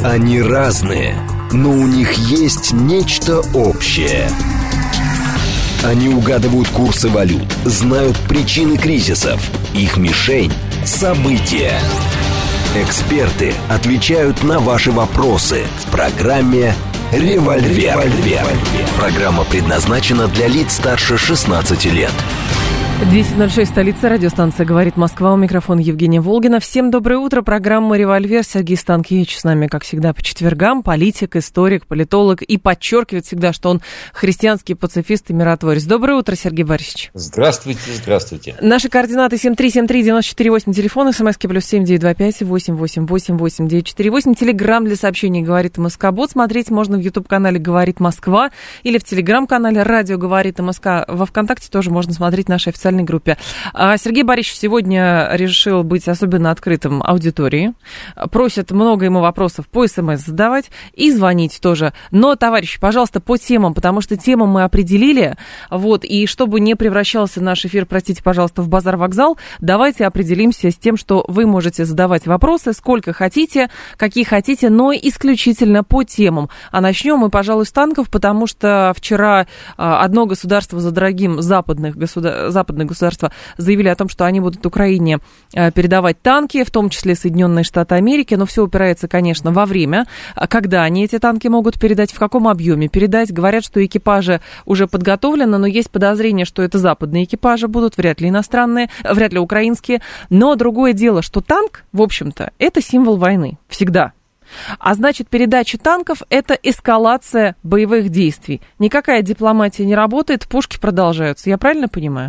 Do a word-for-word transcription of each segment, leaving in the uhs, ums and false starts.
Они разные, но у них есть нечто общее. Они угадывают курсы валют, знают причины кризисов. Их мишень – события. Эксперты отвечают на ваши вопросы в программе «Револьвер». Программа предназначена для лиц старше шестнадцати лет. десять ноль шесть, столица, радиостанция «Говорит Москва», у микрофона Евгения Волгина. Всем доброе утро, программа «Револьвер». Сергей Станкевич с нами, как всегда, по четвергам. Политик, историк, политолог. И подчеркивает всегда, что он христианский пацифист и миротворец. Доброе утро, Сергей Борисович. Здравствуйте, здравствуйте. Наши координаты семь три семь три девять четыре восемь, телефон, смски плюс семь девять два пять восемь восемь восемь восемь девять четыре восемь, телеграмм для сообщений «Говорит МСК-бот». Смотреть можно в ютуб-канале «Говорит Москва» или в телеграм-канале «Радио Говорит МСК». Во ВКонтакте тоже можно смотреть наши официальные группе. Сергей Борисович сегодня решил быть особенно открытым аудитории. Просят много ему вопросов по СМС задавать и звонить тоже. Но, товарищи, пожалуйста, по темам, потому что темы мы определили. Вот, и чтобы не превращался наш эфир, простите, пожалуйста, в базар-вокзал, давайте определимся с тем, что вы можете задавать вопросы сколько хотите, какие хотите, но исключительно по темам. А начнем мы, пожалуй, с танков, потому что вчера одно государство за другим западных государств, западных государства заявили о том, что они будут Украине передавать танки, в том числе Соединенные Штаты Америки, но все упирается, конечно, во время, когда они эти танки могут передать, в каком объеме передать. Говорят, что экипажи уже подготовлены, но есть подозрение, что это западные экипажи будут, вряд ли иностранные, вряд ли украинские. Но другое дело, что танк, в общем-то, это символ войны, всегда. А значит, передача танков – это эскалация боевых действий. Никакая дипломатия не работает, пушки продолжаются. Я правильно понимаю?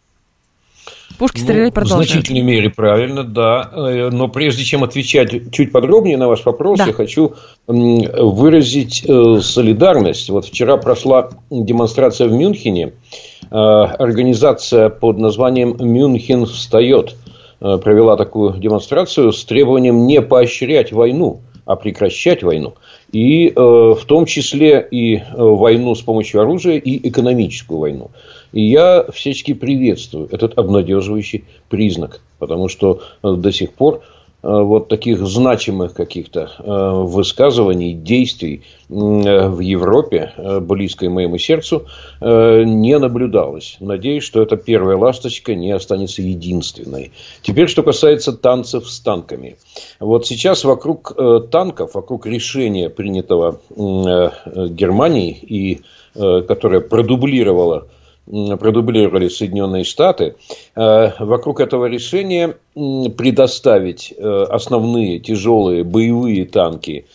Пушки стрелять ну, продолжают. В значительной мере правильно, да. Но прежде чем отвечать чуть подробнее на ваш вопрос, да. я хочу выразить солидарность. Вот вчера прошла демонстрация в Мюнхене. Организация под названием «Мюнхен встает» провела такую демонстрацию с требованием не поощрять войну, а прекращать войну. И в том числе и войну с помощью оружия, и экономическую войну. И я всячески приветствую этот обнадеживающий признак, потому что до сих пор вот таких значимых каких-то высказываний, действий в Европе, близкой моему сердцу, не наблюдалось. Надеюсь, что эта первая ласточка не останется единственной. Теперь, что касается танцев с танками. Вот сейчас вокруг танков, вокруг решения, принятого Германией, и которое продублировало продублировали Соединенные Штаты, вокруг этого решения предоставить основные тяжелые боевые танки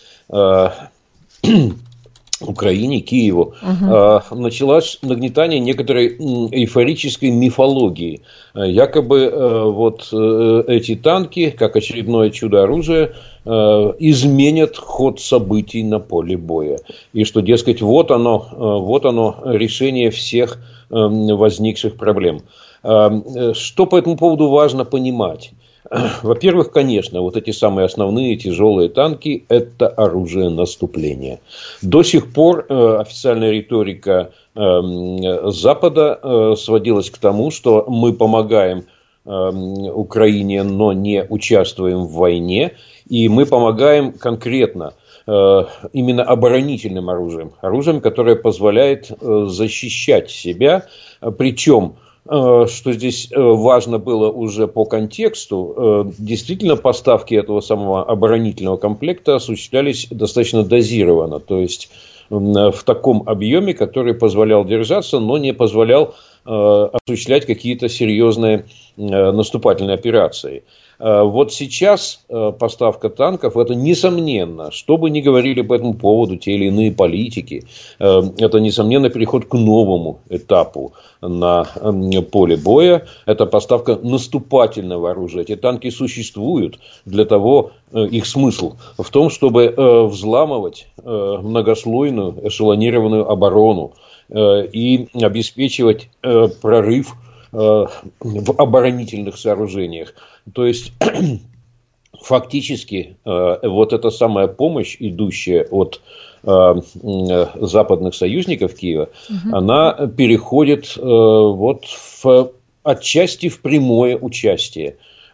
Украине, Киеву, угу. началось нагнетание некоторой эйфорической мифологии. Якобы вот эти танки, как очередное чудо-оружие, изменят ход событий на поле боя. И что, дескать, вот оно, вот оно решение всех возникших проблем. Что по этому поводу важно понимать? Во-первых, конечно, вот эти самые основные тяжелые танки – это оружие наступления. До сих пор официальная риторика Запада сводилась к тому, что мы помогаем Украине, но не участвуем в войне, и мы помогаем конкретно именно оборонительным оружием, оружием, которое позволяет защищать себя, причем, что здесь важно было уже по контексту, действительно поставки этого самого оборонительного комплекта осуществлялись достаточно дозированно, то есть в таком объеме, который позволял держаться, но не позволял осуществлять какие-то серьезные наступательные операции. Вот сейчас поставка танков – это несомненно, что бы ни говорили по этому поводу те или иные политики, это несомненно переход к новому этапу на поле боя. Это поставка наступательного оружия. Эти танки существуют для того, их смысл в том, чтобы взламывать многослойную эшелонированную оборону и обеспечивать прорыв в оборонительных сооружениях. То есть, фактически, вот эта самая помощь, идущая от западных союзников Киева, угу. она переходит вот в, отчасти в прямое участие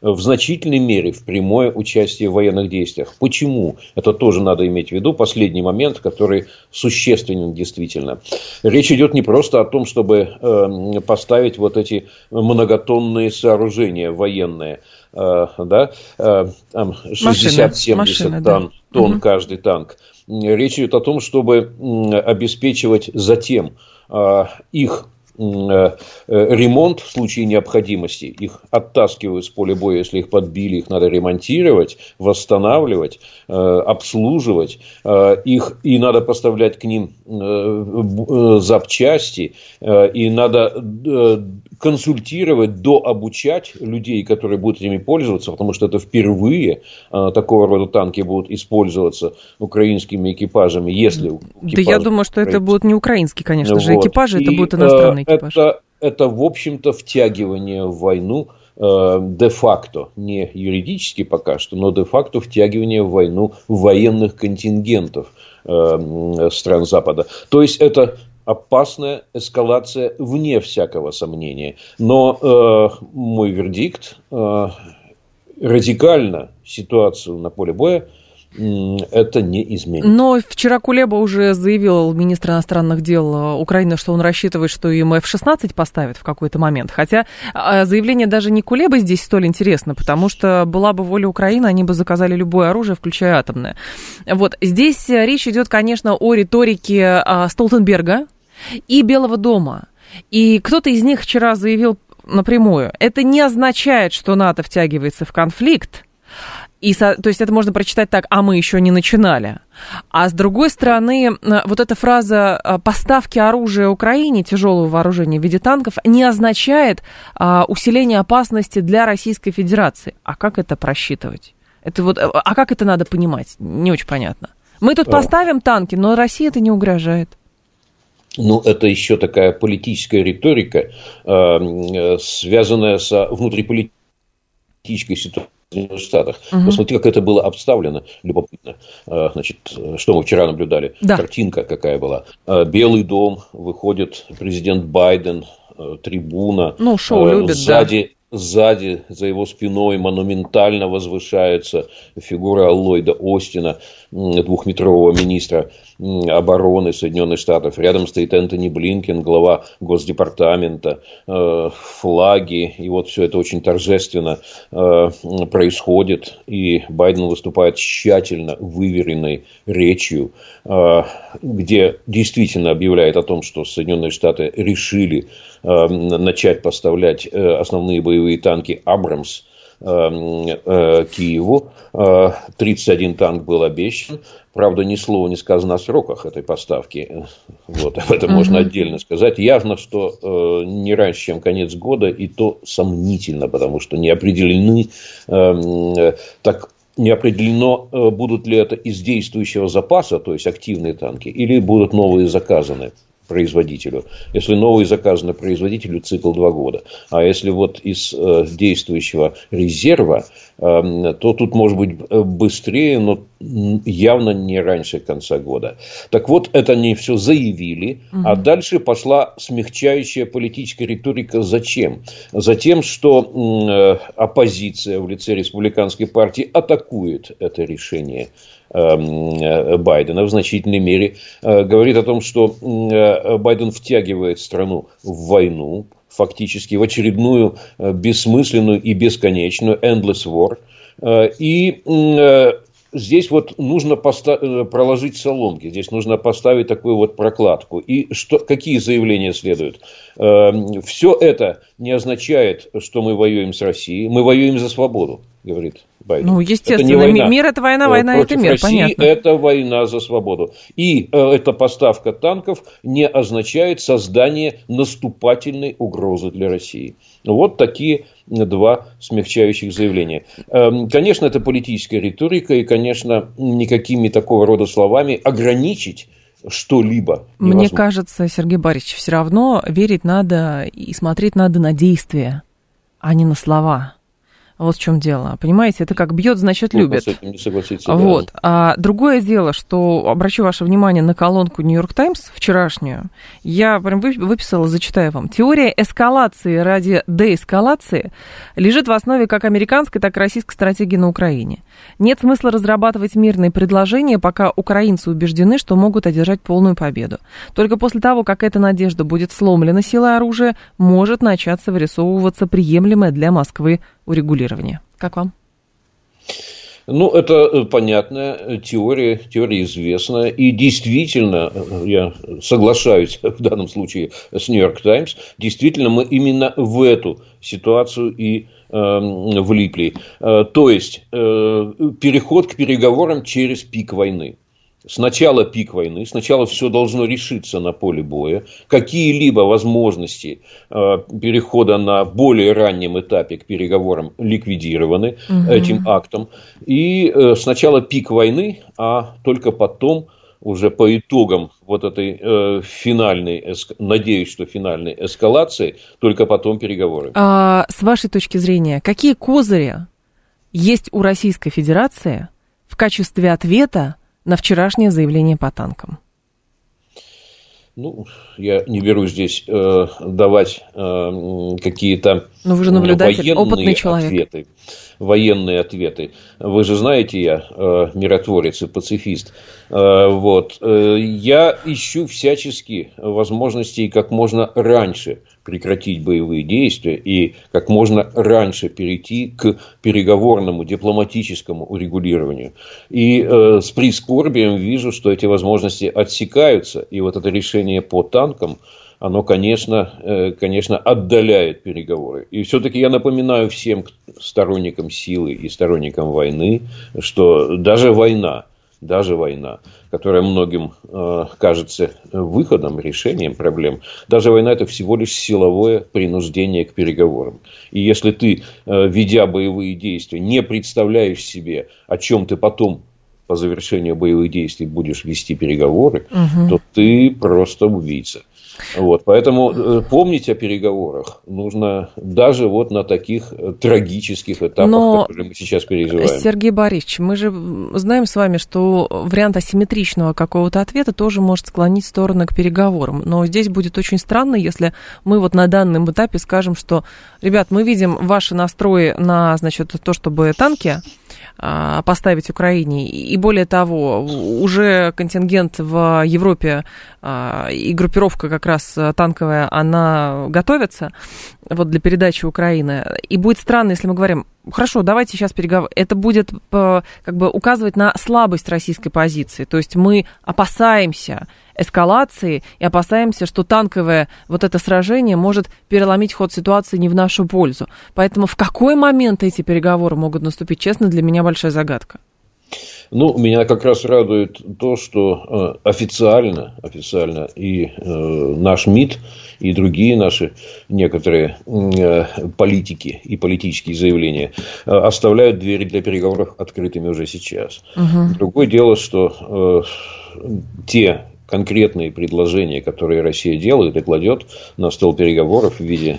в значительной мере в прямое участие в военных действиях. Почему? Это тоже надо иметь в виду. Последний момент, который существенен действительно. Речь идет не просто о том, чтобы поставить вот эти многотонные сооружения военные, да, шестьдесят-семьдесят тонн, тонн угу. каждый танк. Речь идет о том, чтобы обеспечивать затем их ремонт в случае необходимости. Их оттаскивают с поля боя, если их подбили, их надо ремонтировать, восстанавливать, обслуживать. Их и надо поставлять к ним запчасти, и надо консультировать, дообучать людей, которые будут ими пользоваться, потому что это впервые такого рода танки будут использоваться украинскими экипажами, если да я думаю, что это будут не украинские, конечно же, вот. экипажи, это и, будут иностранные экипажи. Это, это, в общем-то, втягивание в войну э, де-факто, не юридически пока что, но де-факто втягивание в войну военных контингентов э, стран Запада. То есть, это опасная эскалация вне всякого сомнения. Но э, мой вердикт, э, радикально ситуацию на поле боя это не изменит. Но вчера Кулеба уже заявил, министр иностранных дел Украины, что он рассчитывает, что им эф шестнадцать поставят в какой-то момент. Хотя заявление даже не Кулебы здесь столь интересно, потому что была бы воля Украины, они бы заказали любое оружие, включая атомное. Вот здесь речь идет, конечно, о риторике Столтенберга и Белого дома. И кто-то из них вчера заявил напрямую, это не означает, что НАТО втягивается в конфликт. И, то есть это можно прочитать так, а мы еще не начинали. А с другой стороны, вот эта фраза «поставки оружия Украине», тяжелого вооружения в виде танков, не означает а, усиление опасности для Российской Федерации. А как это просчитывать? Это вот, а как это надо понимать? Не очень понятно. Мы тут поставим танки, но России это не угрожает. Ну, это еще такая политическая риторика, э, связанная с внутриполитической ситуацией в Соединенных Штатах. Uh-huh. Посмотрите, как это было обставлено. Любопытно. Значит, что мы вчера наблюдали? Да. Картинка какая была. Белый дом, выходит президент Байден, трибуна. Ну, шоу любит, сзади, да. Сзади, за его спиной монументально возвышается фигура Ллойда Остина, двухметрового министра обороны Соединенных Штатов. Рядом стоит Энтони Блинкен, глава Госдепартамента, э, флаги. И вот все это очень торжественно э, происходит. И Байден выступает тщательно выверенной речью, э, где действительно объявляет о том, что Соединенные Штаты решили э, начать поставлять э, основные боевые танки «Абрамс» Киеву. тридцать один танк был обещан. Правда, ни слова не сказано о сроках этой поставки. Вот, об этом uh-huh. можно отдельно сказать. Явно, что э, не раньше, чем конец года, и то сомнительно, потому что не определены, э, так, не определено, э, будут ли это из действующего запаса, то есть активные танки, или будут новые заказаны производителю. Если новый заказан производителю, цикл два года. А если вот из э, действующего резерва, э, то тут может быть быстрее, но явно не раньше конца года. Так вот, это они все заявили, угу. а дальше пошла смягчающая политическая риторика. Зачем? Затем, что э, оппозиция в лице республиканской партии атакует это решение Байдена в значительной мере, говорит о том, что Байден втягивает страну в войну, фактически в очередную бессмысленную и бесконечную endless war. И здесь вот нужно поста- проложить соломки, здесь нужно поставить такую вот прокладку. И что, какие заявления следуют? Все это не означает, что мы воюем с Россией, мы воюем за свободу, говорит Байден. Ну, естественно, это мир – это война, война – это мир, России понятно. Это война за свободу. И э, эта поставка танков не означает создание наступательной угрозы для России. Вот такие два смягчающих заявления. Э, конечно, это политическая риторика, и, конечно, никакими такого рода словами ограничить что-либо невозможно. Мне кажется, Сергей Борисович, все равно верить надо и смотреть надо на действия, а не на слова. Вот в чем дело. Понимаете, это как бьет, значит, любит. С этим не согласиться, вот. да. А другое дело, что обращу ваше внимание на колонку «Нью-Йорк Таймс» вчерашнюю. Я прям выписала, зачитаю вам. Теория эскалации ради деэскалации лежит в основе как американской, так и российской стратегии на Украине. Нет смысла разрабатывать мирные предложения, пока украинцы убеждены, что могут одержать полную победу. Только после того, как эта надежда будет сломлена силой оружия, может начаться вырисовываться приемлемое для Москвы урегулирование. Как вам? Ну, это понятная теория, теория известная. И действительно, я соглашаюсь в данном случае с «Нью-Йорк Таймс», действительно мы именно в эту ситуацию и э, влипли. Э, то есть, э, переход к переговорам через пик войны. Сначала пик войны, сначала все должно решиться на поле боя. Какие-либо возможности э, перехода на более раннем этапе к переговорам ликвидированы угу. этим актом. И э, сначала пик войны, а только потом, уже по итогам вот этой э, финальной, эск... надеюсь, что финальной эскалации, только потом переговоры. А, с вашей точки зрения, какие козыри есть у Российской Федерации в качестве ответа на вчерашнее заявление по танкам? Ну, я не берусь здесь э, давать э, какие-то Но вы же наблюдатель, опытный человек. Ответы, военные ответы. Вы же знаете, я э, миротворец и пацифист. Э, вот. Э, я ищу всячески возможности как можно раньше прекратить боевые действия и как можно раньше перейти к переговорному, дипломатическому урегулированию. И э, с прискорбием вижу, что эти возможности отсекаются. И вот это решение по танкам, оно, конечно, э, конечно, отдаляет переговоры. И все-таки я напоминаю всем сторонникам силы и сторонникам войны, что даже война, даже война, которая многим э, кажется выходом, решением проблем, даже война – это всего лишь силовое принуждение к переговорам. И если ты, э, ведя боевые действия, не представляешь себе, о чем ты потом по завершению боевых действий будешь вести переговоры, угу. то ты просто убийца. Вот, поэтому э, помнить о переговорах нужно даже вот на таких трагических этапах, Но, которые мы сейчас переживаем. Сергей Борисович, мы же знаем с вами, что вариант асимметричного какого-то ответа тоже может склонить стороны к переговорам. Но здесь будет очень странно, если мы вот на данном этапе скажем, что, ребят, мы видим ваши настрои на, значит, то, чтобы танки поставить Украине. И более того, уже контингент в Европе и группировка как раз танковая, она готовится вот для передачи Украины. И будет странно, если мы говорим, хорошо, давайте сейчас переговоры. Это будет как бы указывать на слабость российской позиции. То есть мы опасаемся эскалации и опасаемся, что танковое вот это сражение может переломить ход ситуации не в нашу пользу. Поэтому в какой момент эти переговоры могут наступить, честно, для меня большая загадка. Ну, меня как раз радует то, что э, официально, официально и э, наш МИД, и другие наши некоторые э, политики и политические заявления э, оставляют двери для переговоров открытыми уже сейчас. Угу. Другое дело, что э, те конкретные предложения, которые Россия делает и кладет на стол переговоров в виде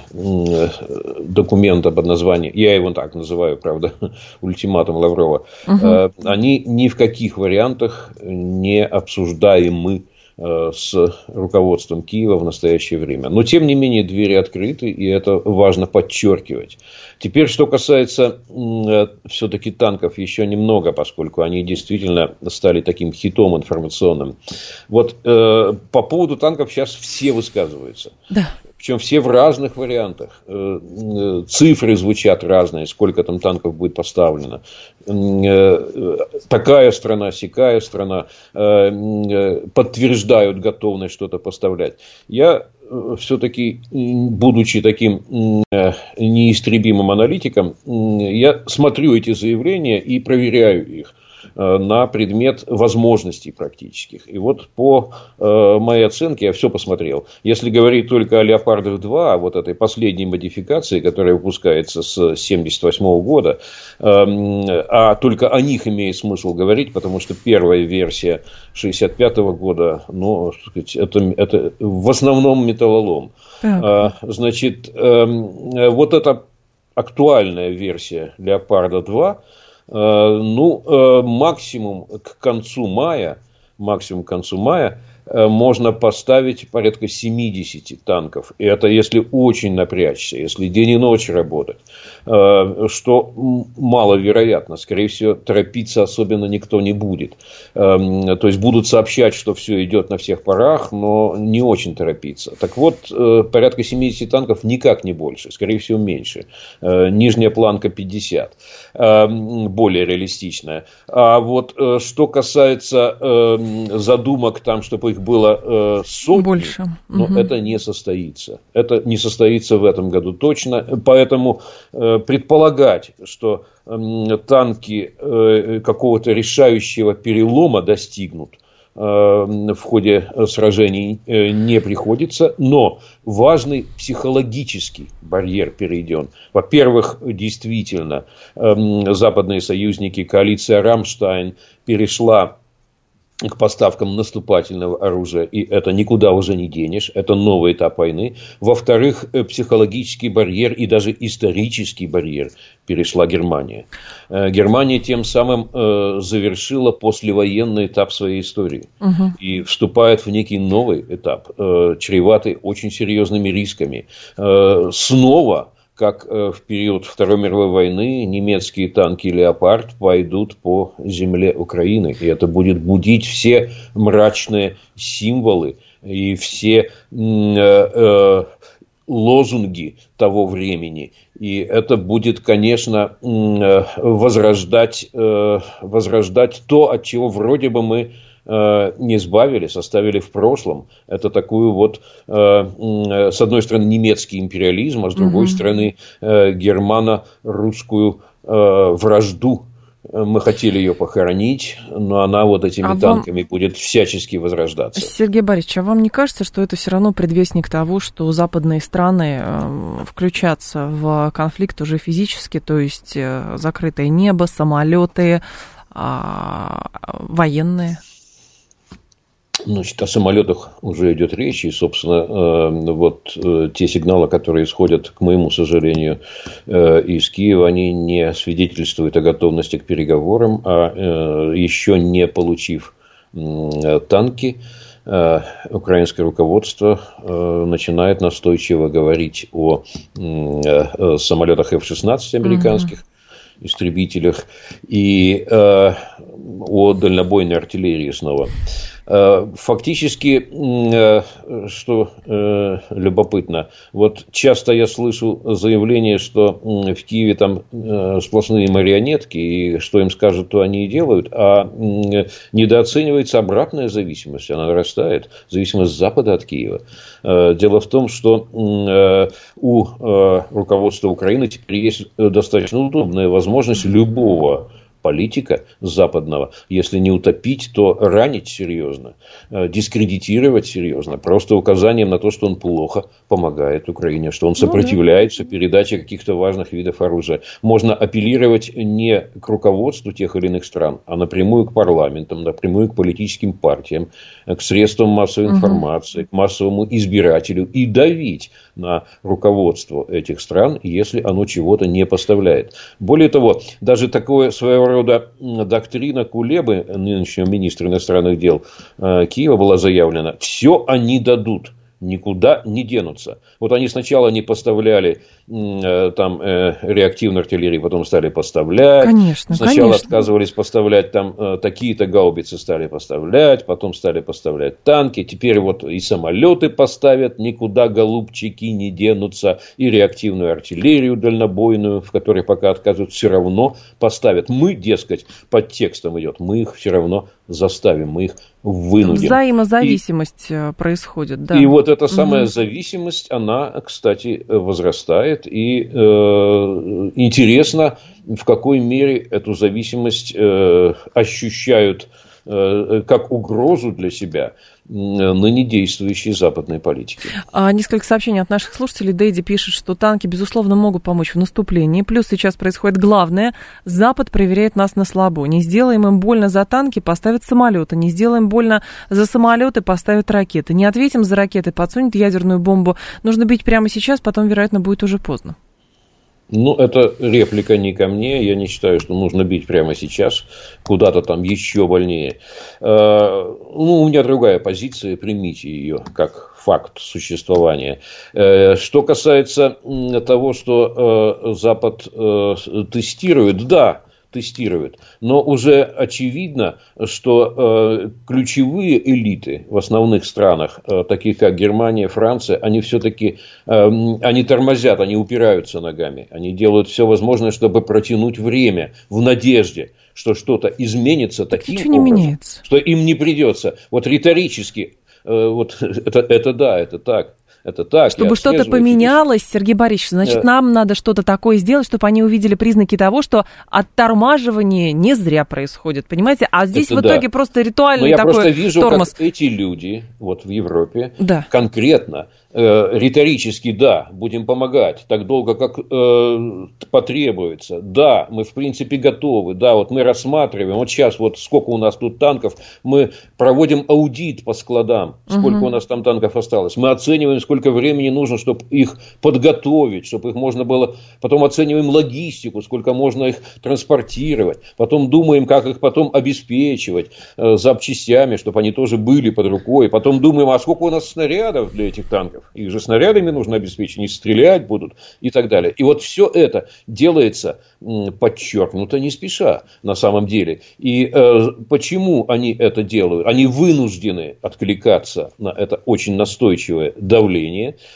документа под названием, я его так называю, правда, ультиматум Лаврова, угу. они ни в каких вариантах не обсуждаемы с руководством Киева в настоящее время. Но, тем не менее, двери открыты, и это важно подчеркивать. Теперь, что касается э, все-таки танков, еще немного, поскольку они действительно стали таким хитом информационным. Вот э, по поводу танков сейчас все высказываются. Да. Причем все в разных вариантах. Цифры звучат разные, сколько там танков будет поставлено. Такая страна, сякая страна подтверждают готовность что-то поставлять. Я все-таки, будучи таким неистребимым аналитиком, я смотрю эти заявления и проверяю их на предмет возможностей практических. И вот по э, моей оценке я все посмотрел. Если говорить только о Леопардах два, вот этой последней модификации, которая выпускается с семьдесят восьмого года, э, а только о них имеет смысл говорить, потому что первая версия шестьдесят пятого года, ну, это, это в основном металлолом. Э, значит, э, вот это актуальная версия «Леопарда-два». Ну, максимум к концу мая, максимум к концу мая можно поставить порядка семьдесят танков. И это если очень напрячься, если день и ночь работать. Что маловероятно. Скорее всего, торопиться особенно никто не будет. То есть, будут сообщать, что все идет на всех парах, но не очень торопиться. Так вот, порядка семьдесят танков никак не больше. Скорее всего, меньше. Нижняя планка пятьдесят. Более реалистичная. А вот что касается задумок там, чтобы их было э, сотни, больше. Но угу. это не состоится. Это не состоится в этом году точно. Поэтому э, предполагать, что э, танки э, какого-то решающего перелома достигнут э, в ходе сражений э, не приходится. Но важный психологический барьер перейден. Во-первых, действительно, э, западные союзники, коалиция «Рамштайн» перешла к поставкам наступательного оружия, и это никуда уже не денешь, это новый этап войны. Во-вторых, психологический барьер и даже исторический барьер перешла Германия. Германия тем самым завершила послевоенный этап своей истории угу. и вступает в некий новый этап, чреватый очень серьезными рисками. Снова, как в период Второй мировой войны, немецкие танки «Леопард» пойдут по земле Украины. И это будет будить все мрачные символы и все э, э, лозунги того времени. И это будет, конечно, э, возрождать, э, возрождать то, от чего вроде бы мы не избавились, оставили в прошлом. Это такую вот, с одной стороны, немецкий империализм, а с другой угу. стороны, германо-русскую вражду. Мы хотели ее похоронить, но она вот этими а танками вам... будет всячески возрождаться. Сергей Борисович, а вам не кажется, что это все равно предвестник того, что западные страны включатся в конфликт уже физически, то есть закрытое небо, самолеты, военные? Значит, о самолетах уже идет речь, и, собственно, вот те сигналы, которые исходят, к моему сожалению, из Киева, они не свидетельствуют о готовности к переговорам, а еще не получив танки, украинское руководство начинает настойчиво говорить о самолетах эф шестнадцать американских, угу. истребителях и о дальнобойной артиллерии снова. Фактически, что любопытно, вот часто я слышу заявление, что в Киеве там сплошные марионетки, и что им скажут, то они и делают, а недооценивается обратная зависимость, она нарастает, зависимость Запада от Киева. Дело в том, что у руководства Украины теперь есть достаточно удобная возможность любого политика западного, если не утопить, то ранить серьезно, дискредитировать серьезно, просто указанием на то, что он плохо помогает Украине, что он сопротивляется ну, да. передаче каких-то важных видов оружия. Можно апеллировать не к руководству тех или иных стран, а напрямую к парламентам, напрямую к политическим партиям, к средствам массовой информации, угу. к массовому избирателю и давить на руководство этих стран, если оно чего-то не поставляет. Более того, даже такое своего рода доктрина Кулебы, нынешнего министра иностранных дел Киева, была заявлена: все они дадут, никуда не денутся. Вот они сначала не поставляли там реактивную артиллерию, потом стали поставлять. Конечно, сначала конечно. отказывались поставлять там такие-то гаубицы, стали поставлять, потом стали поставлять танки, теперь вот и самолеты поставят, никуда голубчики не денутся, и реактивную артиллерию дальнобойную, в которой пока отказывают, все равно поставят. Мы, дескать, под текстом идет, мы их все равно заставим, мы их вынудим. Взаимозависимость и, происходит, да. И вот эта самая угу. зависимость, она, кстати, возрастает. И э, интересно, в какой мере эту зависимость э, ощущают э, как угрозу для себя ныне действующие западные политики. А, несколько сообщений от наших слушателей. Дэйди пишет, что танки, безусловно, могут помочь в наступлении. Плюс сейчас происходит главное. Запад проверяет нас на слабо. Не сделаем им больно за танки, поставят самолеты. Не сделаем больно за самолеты, поставят ракеты. Не ответим за ракеты, подсунет ядерную бомбу. Нужно бить прямо сейчас, потом, вероятно, будет уже поздно. Ну, это реплика не ко мне. Я не считаю, что нужно бить прямо сейчас. Куда-то там еще больнее. Ну, у меня другая позиция. Примите ее как факт существования. Что касается того, что Запад тестирует, да, тестирует. Но уже очевидно, что э, ключевые элиты в основных странах, э, таких как Германия, Франция, они все-таки э, они тормозят, они упираются ногами. Они делают все возможное, чтобы протянуть время в надежде, что что-то изменится так таким образом, не меняется. Что им не придется. Вот риторически, э, вот это, это да, это так. Это так, чтобы что-то поменялось, Сергей Борисович, значит, да. нам надо что-то такое сделать, чтобы они увидели признаки того, что оттормаживание не зря происходит, понимаете? А здесь это в итоге да. просто ритуальный Но такой я просто вижу, тормоз. Как эти люди вот в Европе да. конкретно, э, риторически, да, будем помогать так долго, как э, потребуется. Да, мы в принципе готовы. Да, вот мы рассматриваем, вот сейчас вот сколько у нас тут танков, мы проводим аудит по складам, сколько угу. у нас там танков осталось. Мы оцениваем, сколько Сколько времени нужно, чтобы их подготовить, чтобы их можно было... Потом оцениваем логистику, сколько можно их транспортировать. Потом думаем, как их потом обеспечивать э, запчастями, чтобы они тоже были под рукой. Потом думаем, а сколько у нас снарядов для этих танков? Их же снарядами нужно обеспечить, не стрелять будут и так далее. И вот все это делается м, подчеркнуто не спеша на самом деле. И э, почему они это делают? Они вынуждены откликаться на это очень настойчивое давление.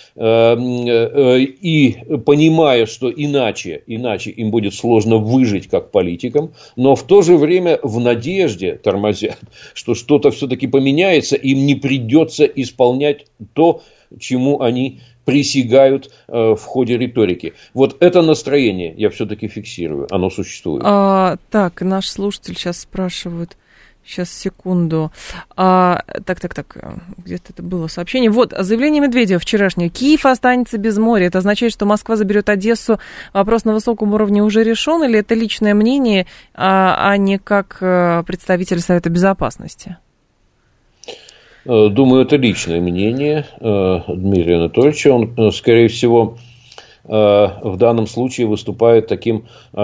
И понимая, что иначе, иначе им будет сложно выжить как политикам, но в то же время в надежде тормозят, что что-то все-таки поменяется, им не придется исполнять то, чему они присягают в ходе риторики. Вот это настроение я все-таки фиксирую, оно существует. А, так, наш слушатель сейчас спрашивает. Сейчас, секунду. А, так, так, так, где-то это было сообщение. Вот, заявление Медведева вчерашнее. Киев останется без моря. Это означает, что Москва заберет Одессу. Вопрос на высоком уровне уже решен? Или это личное мнение, а, а не как представитель Совета Безопасности? Думаю, это личное мнение Дмитрия Анатольевича. Он, скорее всего, в данном случае выступает таким...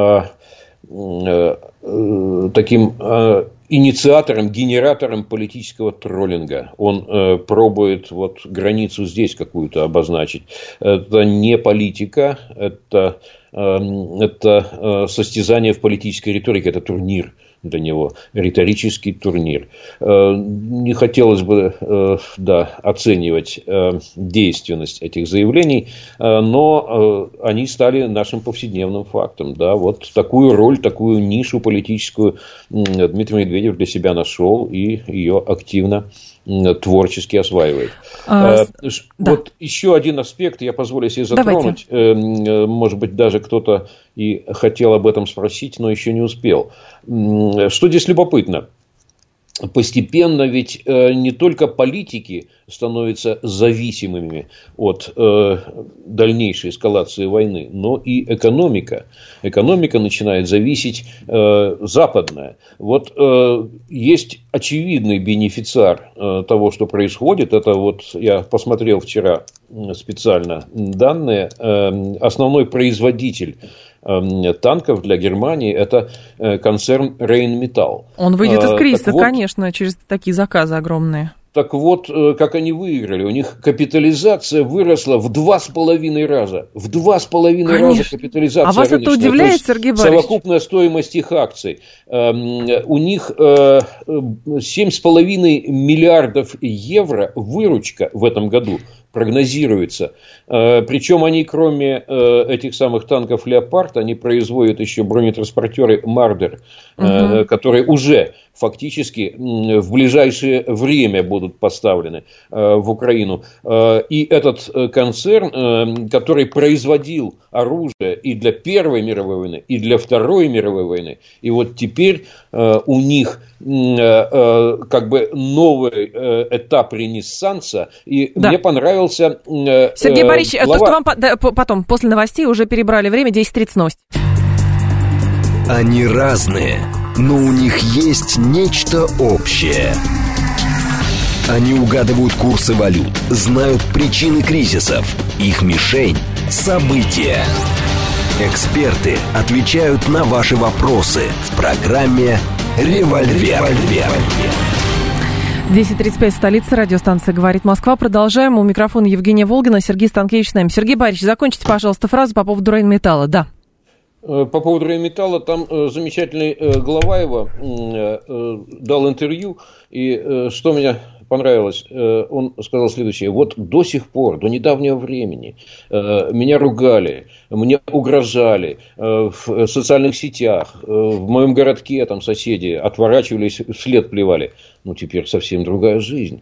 таким инициатором, генератором политического троллинга. Он э, пробует вот границу здесь какую-то обозначить. Это не политика, это, э, это э, состязание в политической риторике, это турнир для него, риторический турнир. Э, не хотелось бы э, да, оценивать э, действенность этих заявлений, э, но э, они стали нашим повседневным фактом. Да? Вот такую роль, такую нишу политическую э, Дмитрий Медведев для себя нашел и ее активно э, творчески осваивает. А, э, да. Вот еще один аспект, я позволю себе затронуть, э, э, может быть, даже кто-то и хотел об этом спросить, но еще не успел. Что здесь любопытно? Постепенно ведь э, не только политики становятся зависимыми от э, дальнейшей эскалации войны, но и экономика. Экономика начинает зависеть э, западная. Вот э, есть очевидный бенефициар э, того, что происходит. Это вот я посмотрел вчера специально данные. Э, основной производитель танков для Германии – это концерн Rheinmetall. Он выйдет из кризиса, вот, конечно, через такие заказы огромные. Так вот, как они выиграли. У них капитализация выросла в два с половиной раза. В два с половиной раза капитализация. А вас рыночная. Это удивляет, Сергей Борисович? Совокупная стоимость их акций. У них семь с половиной миллиардов евро выручка в этом году прогнозируется. Причем они, кроме этих самых танков «Леопард», они производят еще бронетранспортеры «Мардер», угу. которые уже фактически в ближайшее время будут поставлены в Украину. И этот концерн, который производил оружие и для Первой мировой войны, и для Второй мировой войны, и вот теперь у них как бы новый этап ренессанса, и да. мне понравился Сергей э, Борисович, глава... то, что вам да, потом, после новостей, уже перебрали время, десять тридцать новости. Они разные, но у них есть нечто общее. Они угадывают курсы валют, знают причины кризисов. Их мишень – события. Эксперты отвечают на ваши вопросы в программе «Револьвер». десять тридцать пять, столица, радиостанция «Говорит Москва». Продолжаем. У микрофона Евгения Волгина, Сергей Станкевич с нами. Сергей Борисович, закончите, пожалуйста, фразу по поводу Рейнметалла. Да. По поводу Рейнметалла, там замечательный Главаева дал интервью, и что меня понравилось, он сказал следующее: вот до сих пор, до недавнего времени меня ругали, мне угрожали в социальных сетях, в моем городке там соседи отворачивались, вслед плевали. Ну, теперь совсем другая жизнь.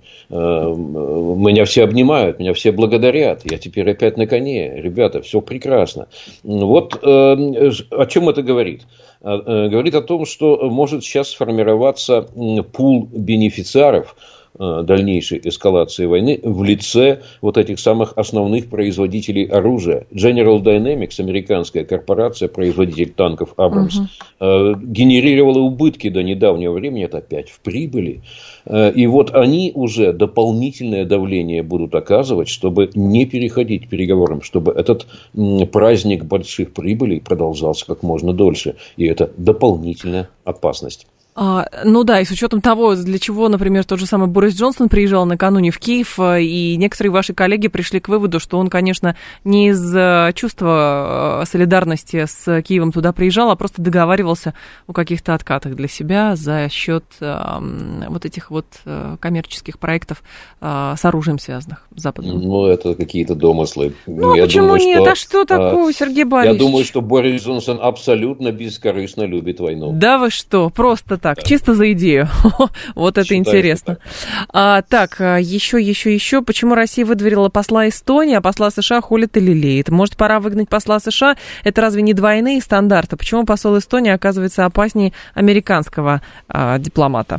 Меня все обнимают, меня все благодарят. Я теперь опять на коне. Ребята, все прекрасно. Вот о чем это говорит? Говорит о том, что может сейчас сформироваться пул бенефициаров дальнейшей эскалации войны в лице вот этих самых основных производителей оружия. General Dynamics, американская корпорация, производитель танков Абрамс, uh-huh. генерировала убытки до недавнего времени, это опять в прибыли. И вот они уже дополнительное давление будут оказывать, чтобы не переходить к переговорам, чтобы этот праздник больших прибылей продолжался как можно дольше. И это дополнительная опасность. А, ну да, и с учетом того, для чего, например, тот же самый Борис Джонсон приезжал накануне в Киев, и некоторые ваши коллеги пришли к выводу, что он, конечно, не из чувства солидарности с Киевом туда приезжал, а просто договаривался о каких-то откатах для себя за счет а, вот этих вот коммерческих проектов а, с оружием связанных западным. Ну, это какие-то домыслы. Ну, я почему думаю, нет? что, а что такое, Сергей Борисович? Я думаю, что Борис Джонсон абсолютно бескорыстно любит войну. Да вы что, просто так, да. Чисто за идею. Вот это считаю, интересно. Так, а, так еще, еще, еще. Почему Россия выдворила посла Эстонии, а посла США холит и лелеет? Может, пора выгнать посла США? Это разве не двойные стандарты? Почему посол Эстонии оказывается опаснее американского а, дипломата?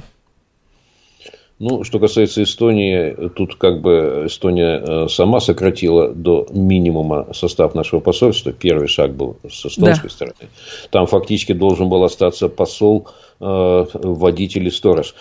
Ну, что касается Эстонии, тут как бы Эстония сама сократила до минимума состав нашего посольства. Первый шаг был с эстонской да. стороны. Там фактически должен был остаться посол, водитель и сторож.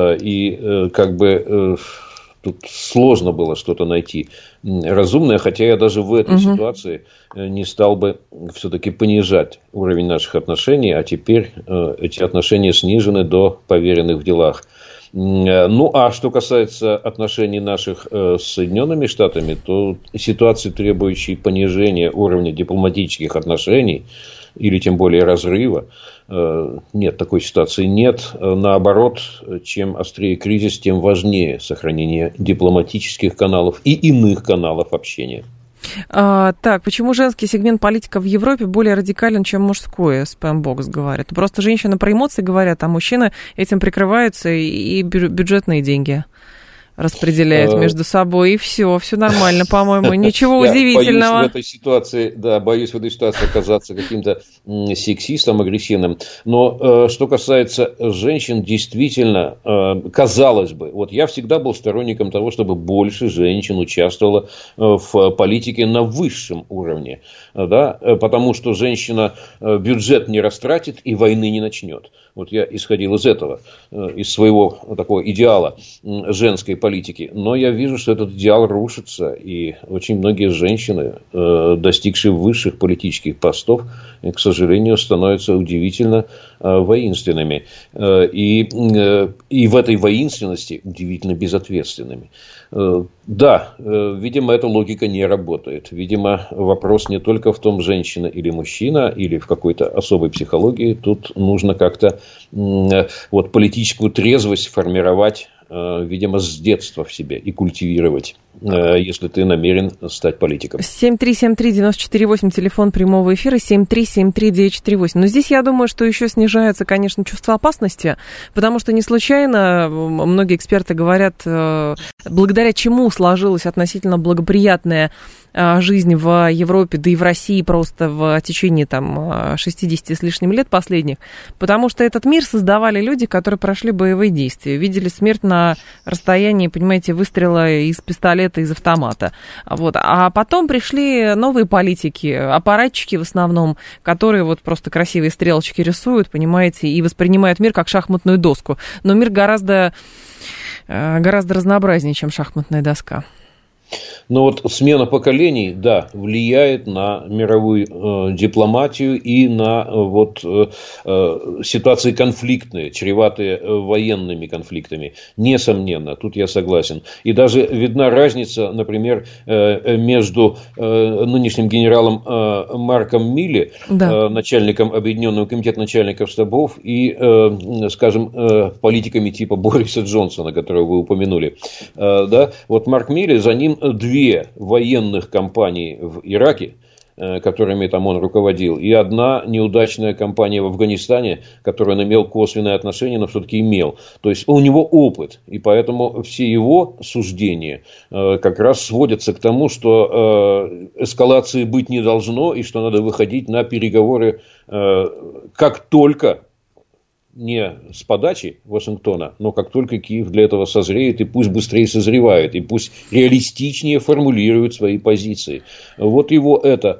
И как бы тут сложно было что-то найти разумное, хотя я даже в этой угу. ситуации не стал бы все-таки понижать уровень наших отношений, а теперь эти отношения снижены до поверенных в делах. Ну, а что касается отношений наших с Соединенными Штатами, то ситуации, требующие понижения уровня дипломатических отношений, или тем более разрыва, нет, такой ситуации нет. Наоборот, чем острее кризис, тем важнее сохранение дипломатических каналов и иных каналов общения. А, так, почему женский сегмент политиков в Европе более радикален, чем мужской, спамбокс говорит? Просто женщины про эмоции говорят, а мужчины этим прикрываются и бюджетные деньги распределяют между собой, и все, все нормально, по-моему, ничего удивительного. Боюсь в этой ситуации, да, боюсь в этой ситуации оказаться каким-то сексистом, агрессивным. Но что касается женщин, действительно, казалось бы, вот я всегда был сторонником того, чтобы больше женщин участвовало в политике на высшем уровне, да, потому что женщина бюджет не растратит и войны не начнет. Вот я исходил из этого, из своего такого идеала женской политики. Но я вижу, что этот идеал рушится. И очень многие женщины, достигшие высших политических постов, к сожалению, становятся удивительно воинственными. И, и в этой воинственности удивительно безответственными. Да, видимо, эта логика не работает. Видимо, вопрос не только в том, женщина или мужчина, или в какой-то особой психологии. Тут нужно как-то вот, политическую трезвость формировать, видимо, с детства в себе и культивировать, если ты намерен стать политиком. семь три семь три девять четыре восемь, телефон прямого эфира, семь три семь три девять четыре восемь. Но здесь, я думаю, что еще снижается, конечно, чувство опасности, потому что не случайно многие эксперты говорят, благодаря чему сложилась относительно благоприятная жизнь в Европе, да и в России просто в течение там шестидесяти с лишним лет последних, потому что этот мир создавали люди, которые прошли боевые действия, видели смерть на расстоянии, понимаете, выстрела из пистолета, из автомата. Вот. А потом пришли новые политики, аппаратчики в основном, которые вот просто красивые стрелочки рисуют, понимаете, и воспринимают мир как шахматную доску. Но мир гораздо, гораздо разнообразнее, чем шахматная доска. Но вот смена поколений, да, влияет на мировую э, дипломатию и на э, вот, э, э, ситуации конфликтные, чреватые э, военными конфликтами. Несомненно, тут я согласен. И даже видна разница, например, э, между э, нынешним генералом э, Марком Милли, да. э, начальником Объединенного комитета начальников штабов, и, э, скажем, э, политиками типа Бориса Джонсона, которого вы упомянули. Э, да? Вот Марк Милли, за ним две Две военных кампании в Ираке, которыми там он руководил, и одна неудачная кампания в Афганистане, которой он имел косвенное отношение, но все-таки имел. То есть у него опыт, и поэтому все его суждения как раз сводятся к тому, что эскалации быть не должно, и что надо выходить на переговоры как только не с подачи Вашингтона, но как только Киев для этого созреет, и пусть быстрее созревает, и пусть реалистичнее формулирует свои позиции. Вот его эта,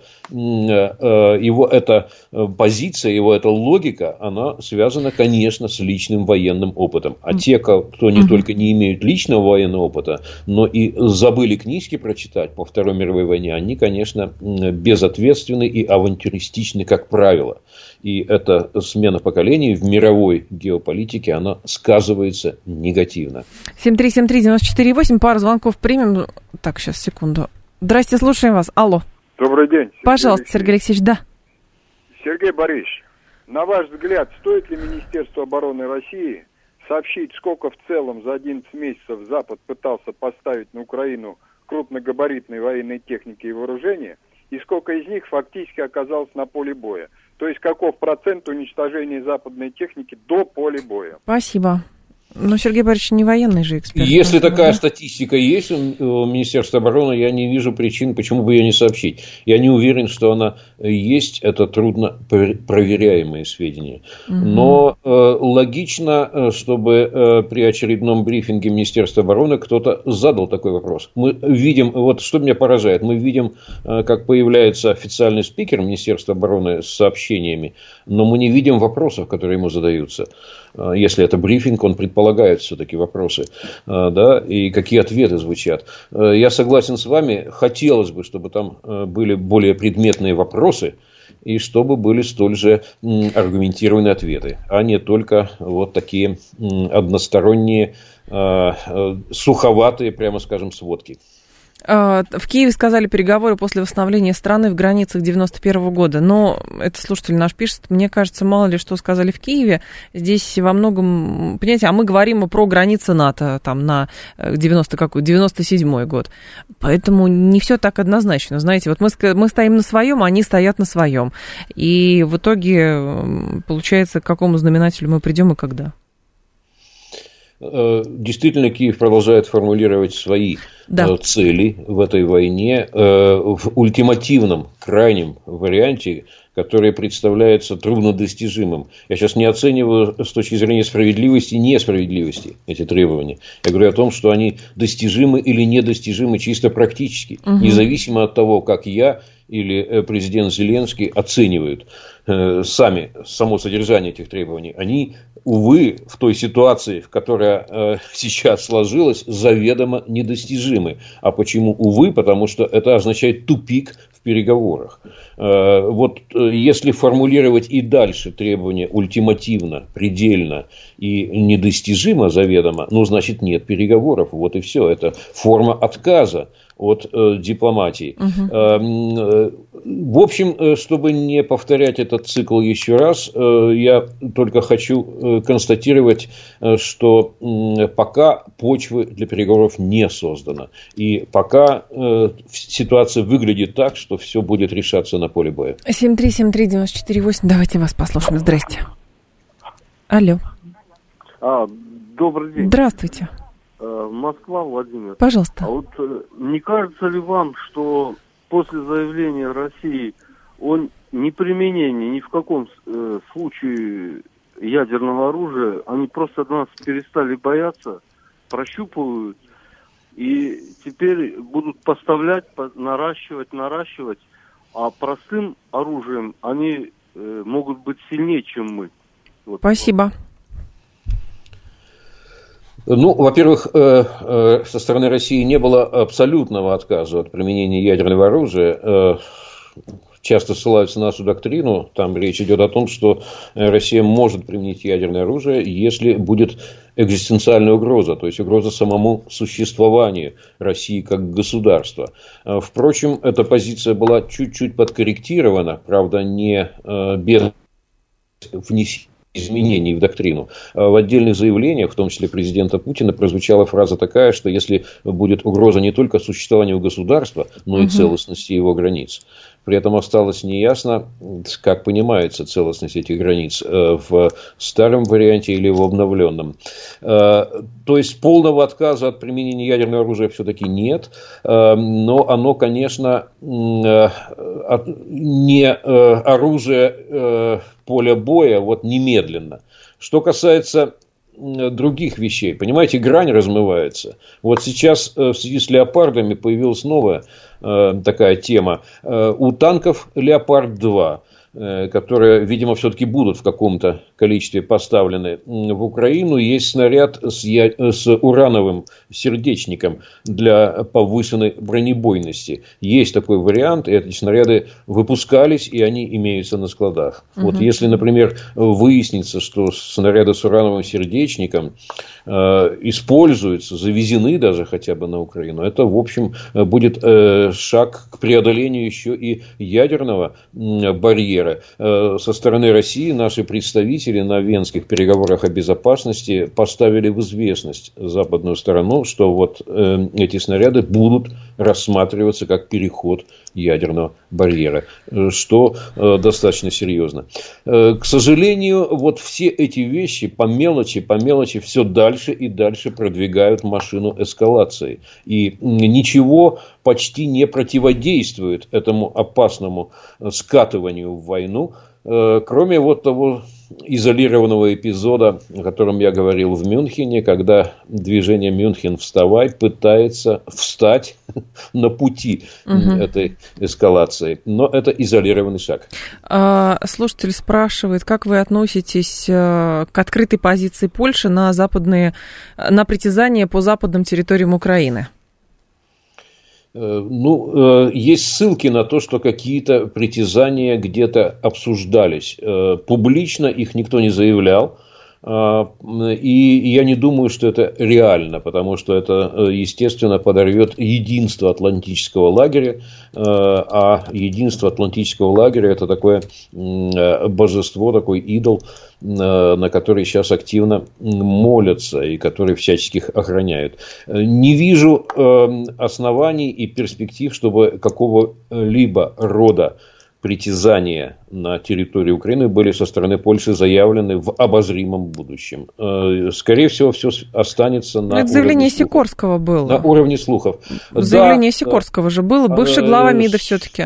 его эта позиция, его эта логика, она связана, конечно, с личным военным опытом. А те, кто не только не имеют личного военного опыта, но и забыли книжки прочитать по Второй мировой войне, они, конечно, безответственны и авантюристичны, как правило. И эта смена поколений в мировой геополитике, она сказывается негативно. семь три семь три девять четыре восемь, пару звонков примем. Так, сейчас, секунду. Здрасте, слушаем вас. Алло. Добрый день. Сергей Пожалуйста, Алексеевич. Сергей Алексеевич, да. Сергей Борисович, на ваш взгляд, стоит ли Министерство обороны России сообщить, сколько в целом за одиннадцать месяцев Запад пытался поставить на Украину крупногабаритной военной техники и вооружения, и сколько из них фактически оказалось на поле боя? То есть, каков процент уничтожения западной техники до поля боя? Спасибо. Ну, Сергей Борисович не военный же эксперт. Если такая да? статистика есть у Министерства обороны, я не вижу причин, почему бы ее не сообщить. Я не уверен, что она есть. Это трудно проверяемые сведения. Угу. Но э, логично, чтобы э, при очередном брифинге Министерства обороны кто-то задал такой вопрос. Мы видим, вот что меня поражает, мы видим, э, как появляется официальный спикер Министерства обороны с сообщениями, но мы не видим вопросов, которые ему задаются. Если это брифинг, он предполагает все-таки вопросы, да, и какие ответы звучат. Я согласен с вами, хотелось бы, чтобы там были более предметные вопросы, и чтобы были столь же аргументированные ответы, а не только вот такие односторонние, суховатые, прямо скажем, сводки. В Киеве сказали переговоры после восстановления страны в границах девяносто первого года. Но это слушатель наш пишет, мне кажется, мало ли что сказали в Киеве. Здесь во многом, понимаете, а мы говорим про границы НАТО там, на девяносто какой, девяносто седьмой год. Поэтому не все так однозначно. Знаете, вот мы, мы стоим на своем, а они стоят на своем. И в итоге, получается, к какому знаменателю мы придем и когда? Действительно, Киев продолжает формулировать свои да. цели в этой войне в ультимативном, крайнем варианте, который представляется труднодостижимым. Я сейчас не оцениваю с точки зрения справедливости и несправедливости эти требования. Я говорю о том, что они достижимы или недостижимы чисто практически, угу. независимо от того, как я или президент Зеленский оценивают э, сами само содержание этих требований. Они, увы, в той ситуации, в которой э, сейчас сложилась, заведомо недостижимы. А почему увы? Потому что это означает тупик в переговорах. Э, вот э, если формулировать и дальше требования ультимативно, предельно и недостижимо заведомо, ну, значит, нет переговоров. Вот и все. Это форма отказа от э, дипломатии. Угу. Э, в общем, чтобы не повторять этот цикл еще раз, э, я только хочу э, констатировать, э, что э, пока почвы для переговоров не создано. И пока э, ситуация выглядит так, что все будет решаться на поле боя. семь три семь три девять четыре восемь, давайте вас послушаем. Здрасте. Алло. А, добрый день. Здравствуйте. Москва, Владимир. Пожалуйста. А вот не кажется ли вам, что после заявления России о неприменении ни в каком э, случае ядерного оружия, они просто нас перестали бояться, прощупывают, и теперь будут поставлять, наращивать, наращивать, а простым оружием они э, могут быть сильнее, чем мы. Вот. Спасибо. Ну, во-первых, со стороны России не было абсолютного отказа от применения ядерного оружия. Часто ссылаются на нашу доктрину. Там речь идет о том, что Россия может применить ядерное оружие, если будет экзистенциальная угроза, то есть угроза самому существованию России как государства. Впрочем, эта позиция была чуть-чуть подкорректирована, правда, не без внесения изменений в доктрину. В отдельных заявлениях, в том числе президента Путина, прозвучала фраза такая, что если будет угроза не только существованию государства, но и целостности его границ. При этом осталось неясно, как понимается целостность этих границ в старом варианте или в обновленном. То есть полного отказа от применения ядерного оружия все-таки нет, но оно, конечно, не оружие поля боя вот немедленно. Что касается других вещей, понимаете, грань размывается. Вот сейчас в связи с леопардами появилась новая э, такая тема. Э, у танков «Леопард-два», э, которые, видимо, все-таки будут в каком-то количестве поставлены в Украину, есть снаряд с, я... с урановым сердечником для повышенной бронебойности. Есть такой вариант, и эти снаряды выпускались, и они имеются на складах. Угу. Вот если, например, выяснится, что снаряды с урановым сердечником э, используются, завезены даже хотя бы на Украину, это, в общем, будет э, шаг к преодолению еще и ядерного э, барьера. Э, со стороны России наши представители на венских переговорах о безопасности поставили в известность западную сторону, что вот э, эти снаряды будут рассматриваться как переход ядерного барьера, что э, достаточно серьезно. Э, к сожалению, вот все эти вещи по мелочи, по мелочи все дальше и дальше продвигают машину эскалации. И ничего почти не противодействует этому опасному скатыванию в войну, э, кроме вот того изолированного эпизода, о котором я говорил в Мюнхене, когда движение «Мюнхен, вставай» пытается встать на пути угу. этой эскалации. Но это изолированный шаг. Слушатель спрашивает, как вы относитесь к открытой позиции Польши на западные, на притязания по западным территориям Украины? Ну, есть ссылки на то, что какие-то притязания где-то обсуждались. Публично их никто не заявлял. И я не думаю, что это реально, потому что это, естественно, подорвет единство Атлантического лагеря. А единство Атлантического лагеря – это такое божество, такой идол, на который сейчас активно молятся и который всячески охраняют. Не вижу оснований и перспектив, чтобы какого-либо рода притязания на территорию Украины были со стороны Польши заявлены в обозримом будущем. Скорее всего, все останется на Это заявление Сикорского было. На уровне слухов. Заявление да, Сикорского же было, бывший глава МИДа все-таки.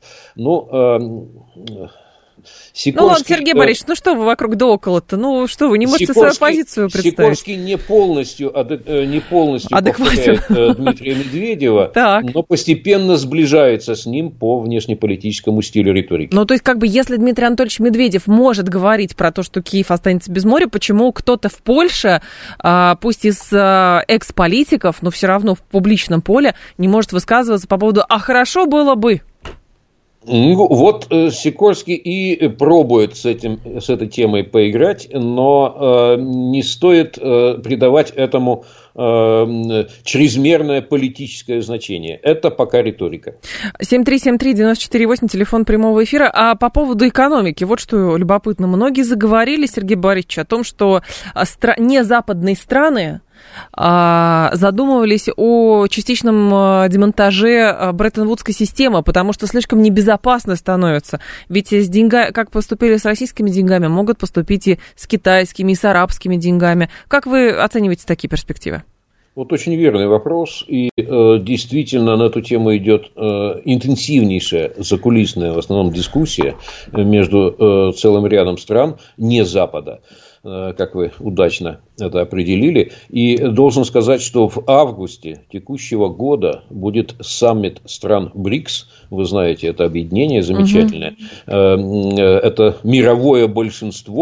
Ну, Сикорский, ну ладно, Сергей Борисович, ну что вы вокруг да около-то? Ну что вы, не можете Сикорский, свою позицию представить? Сикорский не полностью, не полностью повторяет Дмитрия Медведева, но постепенно сближается с ним по внешнеполитическому стилю риторики. Ну то есть как бы если Дмитрий Анатольевич Медведев может говорить про то, что Киев останется без моря, почему кто-то в Польше, пусть из экс-политиков, но все равно в публичном поле не может высказываться по поводу «а хорошо было бы»? Вот Сикорский и пробует с, этим, с этой темой поиграть, но э, не стоит э, придавать этому э, чрезмерное политическое значение. Это пока риторика. семь три семь три девять четыре восемь, телефон прямого эфира. А по поводу экономики, вот что любопытно. Многие заговорили, Сергей Борисович, о том, что стра- не западные страны задумывались о частичном демонтаже Бреттон-Вудской системы, потому что слишком небезопасно становится. Ведь с деньгами, как поступили с российскими деньгами, могут поступить и с китайскими, и с арабскими деньгами. Как вы оцениваете такие перспективы? Вот очень верный вопрос, и э, действительно на эту тему идет э, интенсивнейшая закулисная в основном дискуссия между э, целым рядом стран не Запада, э, как вы удачно это определили. И должен сказать, что в августе текущего года будет саммит стран БРИКС. Вы знаете, это объединение замечательное. Угу. Э, это мировое большинство в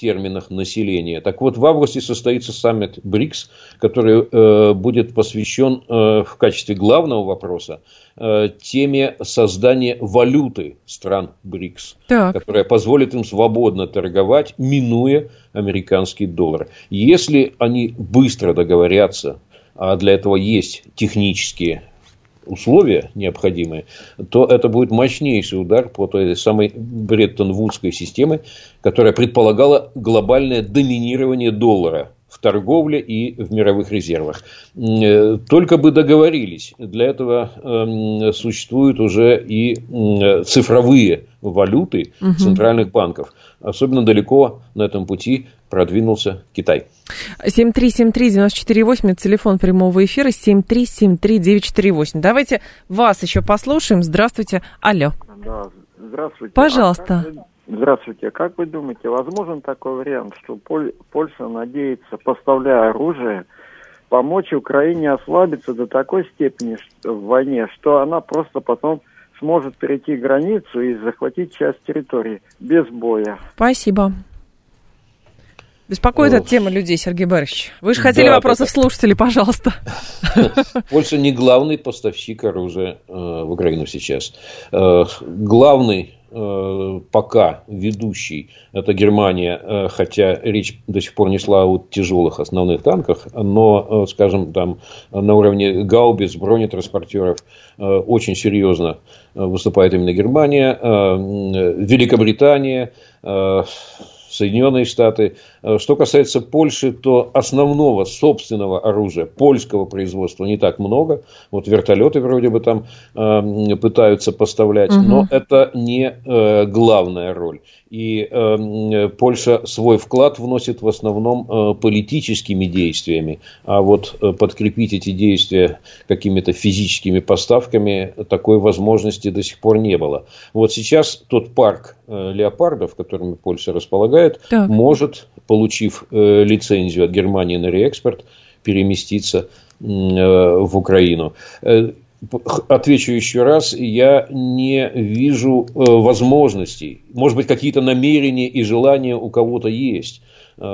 терминах населения. Так вот, в августе состоится саммит БРИКС, который э, будет посвящен э, в качестве главного вопроса э, теме создания валюты стран БРИКС, так. которая позволит им свободно торговать, минуя американский доллар. Если они быстро договорятся, а для этого есть технические условия необходимые, то это будет мощнейший удар по той самой Бреттон-Вудской системе, которая предполагала глобальное доминирование доллара в торговле и в мировых резервах. Только бы договорились. Для этого существуют уже и цифровые валюты угу. центральных банков. Особенно далеко на этом пути продвинулся Китай. семь три семь три девять четыре восемь, это телефон прямого эфира, семь три семь три девять четыре восемь. Давайте вас еще послушаем. Здравствуйте. Алло. Да, здравствуйте. Пожалуйста. А здравствуйте. Как вы думаете, возможен такой вариант, что Поль... Польша надеется, поставляя оружие, помочь Украине ослабиться до такой степени в войне, что она просто потом сможет перейти границу и захватить часть территории без боя? Спасибо. Беспокоит эта тема людей, Сергей Борисович. Вы же хотели да, вопросов да, слушателей, пожалуйста. Польша не главный поставщик оружия э, в Украину сейчас. Э, главный э, пока ведущий это Германия, э, хотя речь до сих пор не шла о тяжелых основных танках, но, э, скажем, там на уровне гаубиц, бронетранспортеров э, очень серьезно э, выступает именно Германия, э, Великобритания, э, Соединенные Штаты. Что касается Польши, то основного собственного оружия польского производства не так много. Вот вертолеты вроде бы там э, пытаются поставлять, угу. но это не э, главная роль. И э, Польша свой вклад вносит в основном э, политическими действиями. А вот э, подкрепить эти действия какими-то физическими поставками такой возможности до сих пор не было. Вот сейчас тот парк э, леопардов, которыми Польша располагает, так. может, получив э, лицензию от Германии на реэкспорт, переместиться э, в Украину. Э, Отвечу еще раз, я не вижу э, возможностей. Может быть, какие-то намерения и желания у кого-то есть.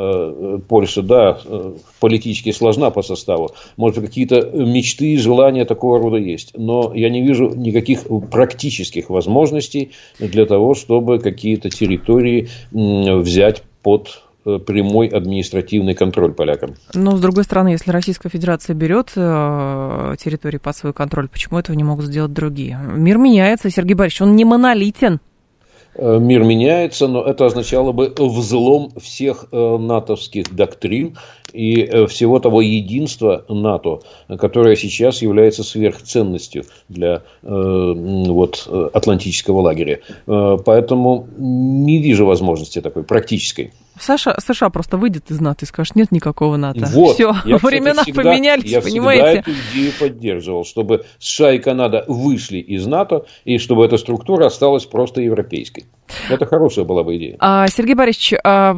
Э, Польша, да, э, политически сложна по составу. Может быть, какие-то мечты и желания такого рода есть. Но я не вижу никаких практических возможностей для того, чтобы какие-то территории э, взять под прямой административный контроль полякам. Но, с другой стороны, если Российская Федерация берет э, территории под свой контроль, почему этого не могут сделать другие? Мир меняется, Сергей Борисович, он не монолитен. Мир меняется, но это означало бы взлом всех э, натовских доктрин и э, всего того единства НАТО, которое сейчас является сверхценностью для э, вот, атлантического лагеря. Э, поэтому не вижу возможности такой практической. Саша, США просто выйдет из НАТО и скажет, нет никакого НАТО. Вот, все, времена всегда, поменялись, я понимаете? Я всегда эту идею поддерживал, чтобы США и Канада вышли из НАТО, и чтобы эта структура осталась просто европейской. Это хорошая была бы идея. А, Сергей Борисович, а,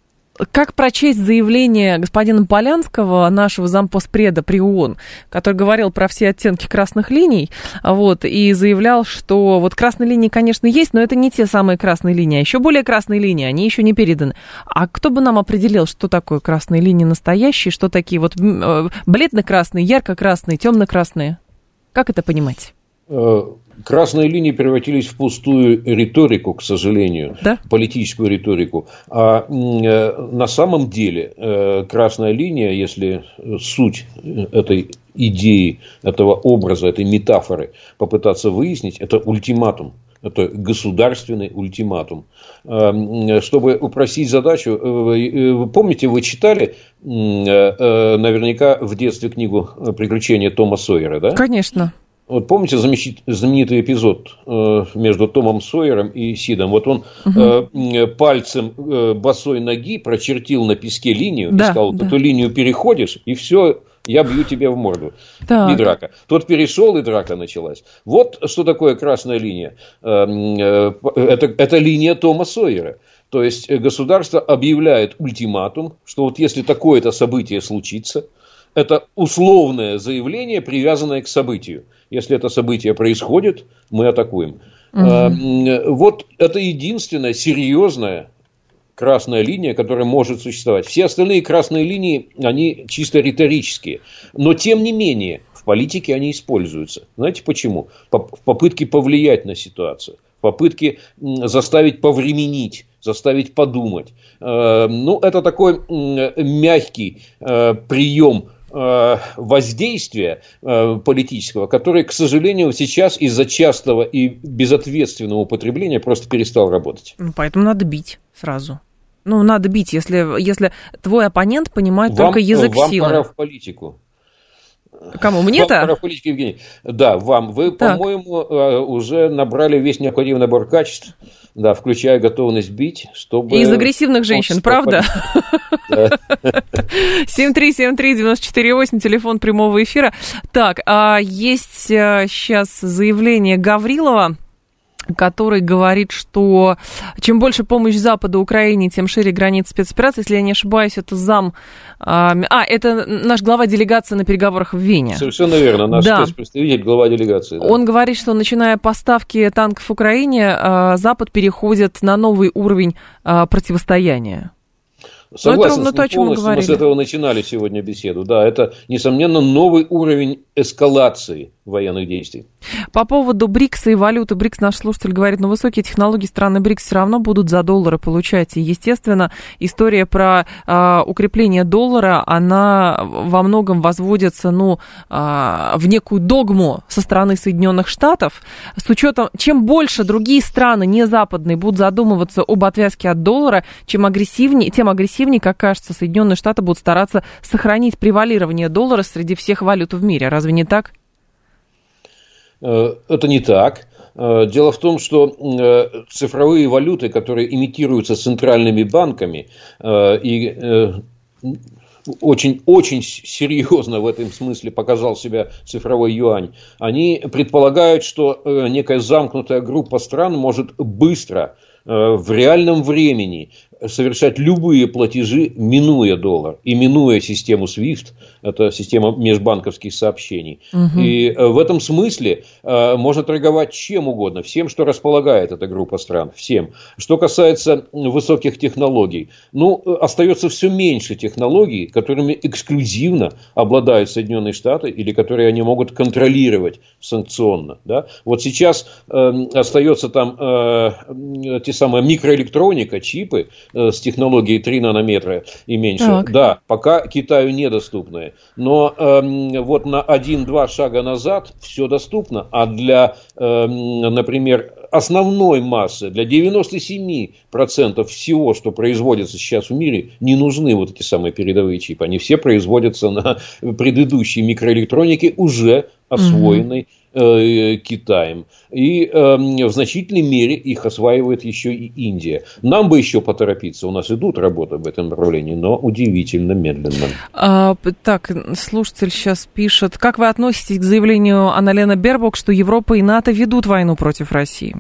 как прочесть заявление господина Полянского, нашего зампоспреда при ООН, который говорил про все оттенки красных линий, вот, и заявлял, что вот красные линии, конечно, есть, но это не те самые красные линии, а еще более красные линии, они еще не переданы. А кто бы нам определил, что такое красные линии настоящие, что такие вот бледно-красные, ярко-красные, темно-красные? Как это понимать? Красные линии превратились в пустую риторику, к сожалению, да? политическую риторику. А на самом деле красная линия, если суть этой идеи, этого образа, этой метафоры попытаться выяснить, это ультиматум. Это государственный ультиматум. Чтобы упростить задачу, вы помните, вы читали наверняка в детстве книгу «Приключения Тома Сойера», да? Конечно. Вот помните знаменитый эпизод между Томом Сойером и Сидом? Вот он угу. пальцем босой ноги прочертил на песке линию, да, и сказал, да. Эту линию переходишь, и все, я бью тебе в морду. Так. И драка. Тот перешел, и драка началась. Вот что такое красная линия. Это, это линия Тома Сойера. То есть государство объявляет ультиматум, что вот если такое-то событие случится, это условное заявление, привязанное к событию. Если это событие происходит, мы атакуем. Угу. Вот это единственная серьезная красная линия, которая может существовать. Все остальные красные линии, они чисто риторические. Но, тем не менее, в политике они используются. Знаете почему? В попытке повлиять на ситуацию. В попытке заставить повременить, заставить подумать. Ну, это такой мягкий прием воздействия политического, который, к сожалению, сейчас из-за частого и безответственного употребления просто перестал работать. Ну, поэтому надо бить сразу. Ну, надо бить, если, если твой оппонент понимает вам, только язык вам силы. Вам пора в политику. Кому? Мне-то? Вам пора в политику, Евгений. Да, вам. Вы, так. по-моему, уже набрали весь необходимый набор качеств, да, включая готовность бить, чтобы... Из агрессивных женщин, правда? семь три семь три девять четыре восемь, телефон прямого эфира. Так, есть сейчас заявление Гаврилова, который говорит, что чем больше помощь Запада Украине, тем шире границы спецоперации. Если я не ошибаюсь, это зам... А, это наш глава делегации на переговорах в Вене. Совершенно верно, наш да. спецпредставитель, глава делегации. Да. Он говорит, что начиная поставки танков Украине, Запад переходит на новый уровень противостояния. Согласен с ним полностью, мы, мы с этого начинали сегодня беседу. Да, это, несомненно, новый уровень эскалации военных действий. По поводу БРИКСа и валюты. БРИКС, наш слушатель говорит, но высокие технологии страны БРИКС все равно будут за доллары получать. И, естественно, история про э, укрепление доллара, она во многом возводится, ну, э, в некую догму со стороны Соединенных Штатов. С учетом, чем больше другие страны, не западные, будут задумываться об отвязке от доллара, чем агрессивнее, тем агрессивнее, как кажется, Соединенные Штаты будут стараться сохранить превалирование доллара среди всех валют в мире. Разве не так? Это не так. Дело в том, что цифровые валюты, которые имитируются центральными банками и очень, очень серьезно в этом смысле показал себя цифровой юань, они предполагают, что некая замкнутая группа стран может быстро, в реальном времени совершать любые платежи, минуя доллар и минуя систему свифт, это система межбанковских сообщений. Угу. И в этом смысле э, можно торговать чем угодно, всем, что располагает эта группа стран, всем. Что касается высоких технологий, ну, остается все меньше технологий, которыми эксклюзивно обладают Соединенные Штаты или которые они могут контролировать санкционно. Да? Вот сейчас э, остается там э, те самые микроэлектроника, чипы, с технологией три нанометра и меньше. Так. Да, пока Китаю недоступны. Но э, вот на один-два шага назад все доступно. А для, э, например, основной массы, для девяносто семь процентов всего, что производится сейчас в мире, не нужны вот эти самые передовые чипы. Они все производятся на предыдущей микроэлектронике, уже освоенной э, Китаем. И э, в значительной мере их осваивает еще и Индия. Нам бы еще поторопиться. У нас идут работы в этом направлении, но удивительно медленно. А, так, слушатель сейчас пишет. Как вы относитесь к заявлению Анналены Бербок, что Европа и НАТО ведут войну против России?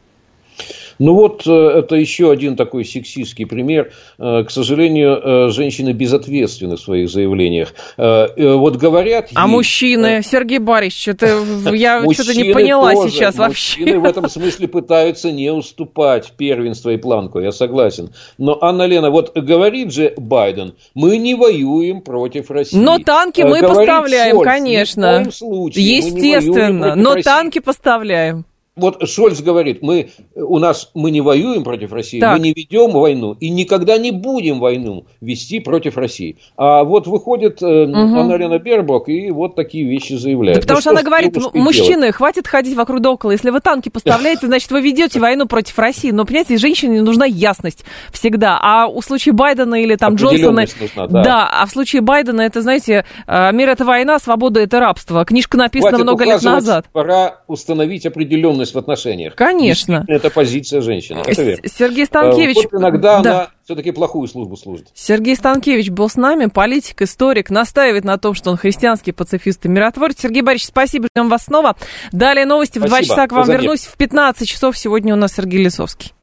Ну вот, это еще один такой сексистский пример. К сожалению, женщины безответственны в своих заявлениях. Вот говорят... А ей... мужчины, Сергей Борисович, это я что-то не поняла тоже, сейчас вообще. Мужчины в этом смысле пытаются не уступать первенство и планку, я согласен. Но, Анна-Лена, вот говорит же Байден, мы не воюем против России. Но танки мы говорит поставляем, Шольц, конечно. Ни в коем случае. Естественно, но России. Танки поставляем. Вот Шольц говорит, мы, у нас, мы не воюем против России, так. мы не ведем войну и никогда не будем войну вести против России. А вот выходит э, угу. Анна-Лена Бербок и вот такие вещи заявляет. Да потому ну, что, что она говорит, мужчины, делать? Хватит ходить вокруг да около. Если вы танки поставляете, значит, вы ведете войну против России. Но, понимаете, женщине нужна ясность всегда. А у случае Байдена или там Джонсона... Нужна, да. да, а в случае Байдена, это, знаете, мир – это война, свобода – это рабство. Книжка написана Хватит много лет назад. Пора установить определенность в отношениях. Конечно. Это позиция женщины. Это верно. Сергей Станкевич... Вот иногда да. она все-таки плохую службу служит. Сергей Станкевич был с нами, политик, историк, настаивает на том, что он христианский пацифист и миротворец. Сергей Борисович, спасибо, ждем вас снова. Далее новости. В два часа к вам вернусь. В пятнадцать часов сегодня у нас Сергей Лисовский.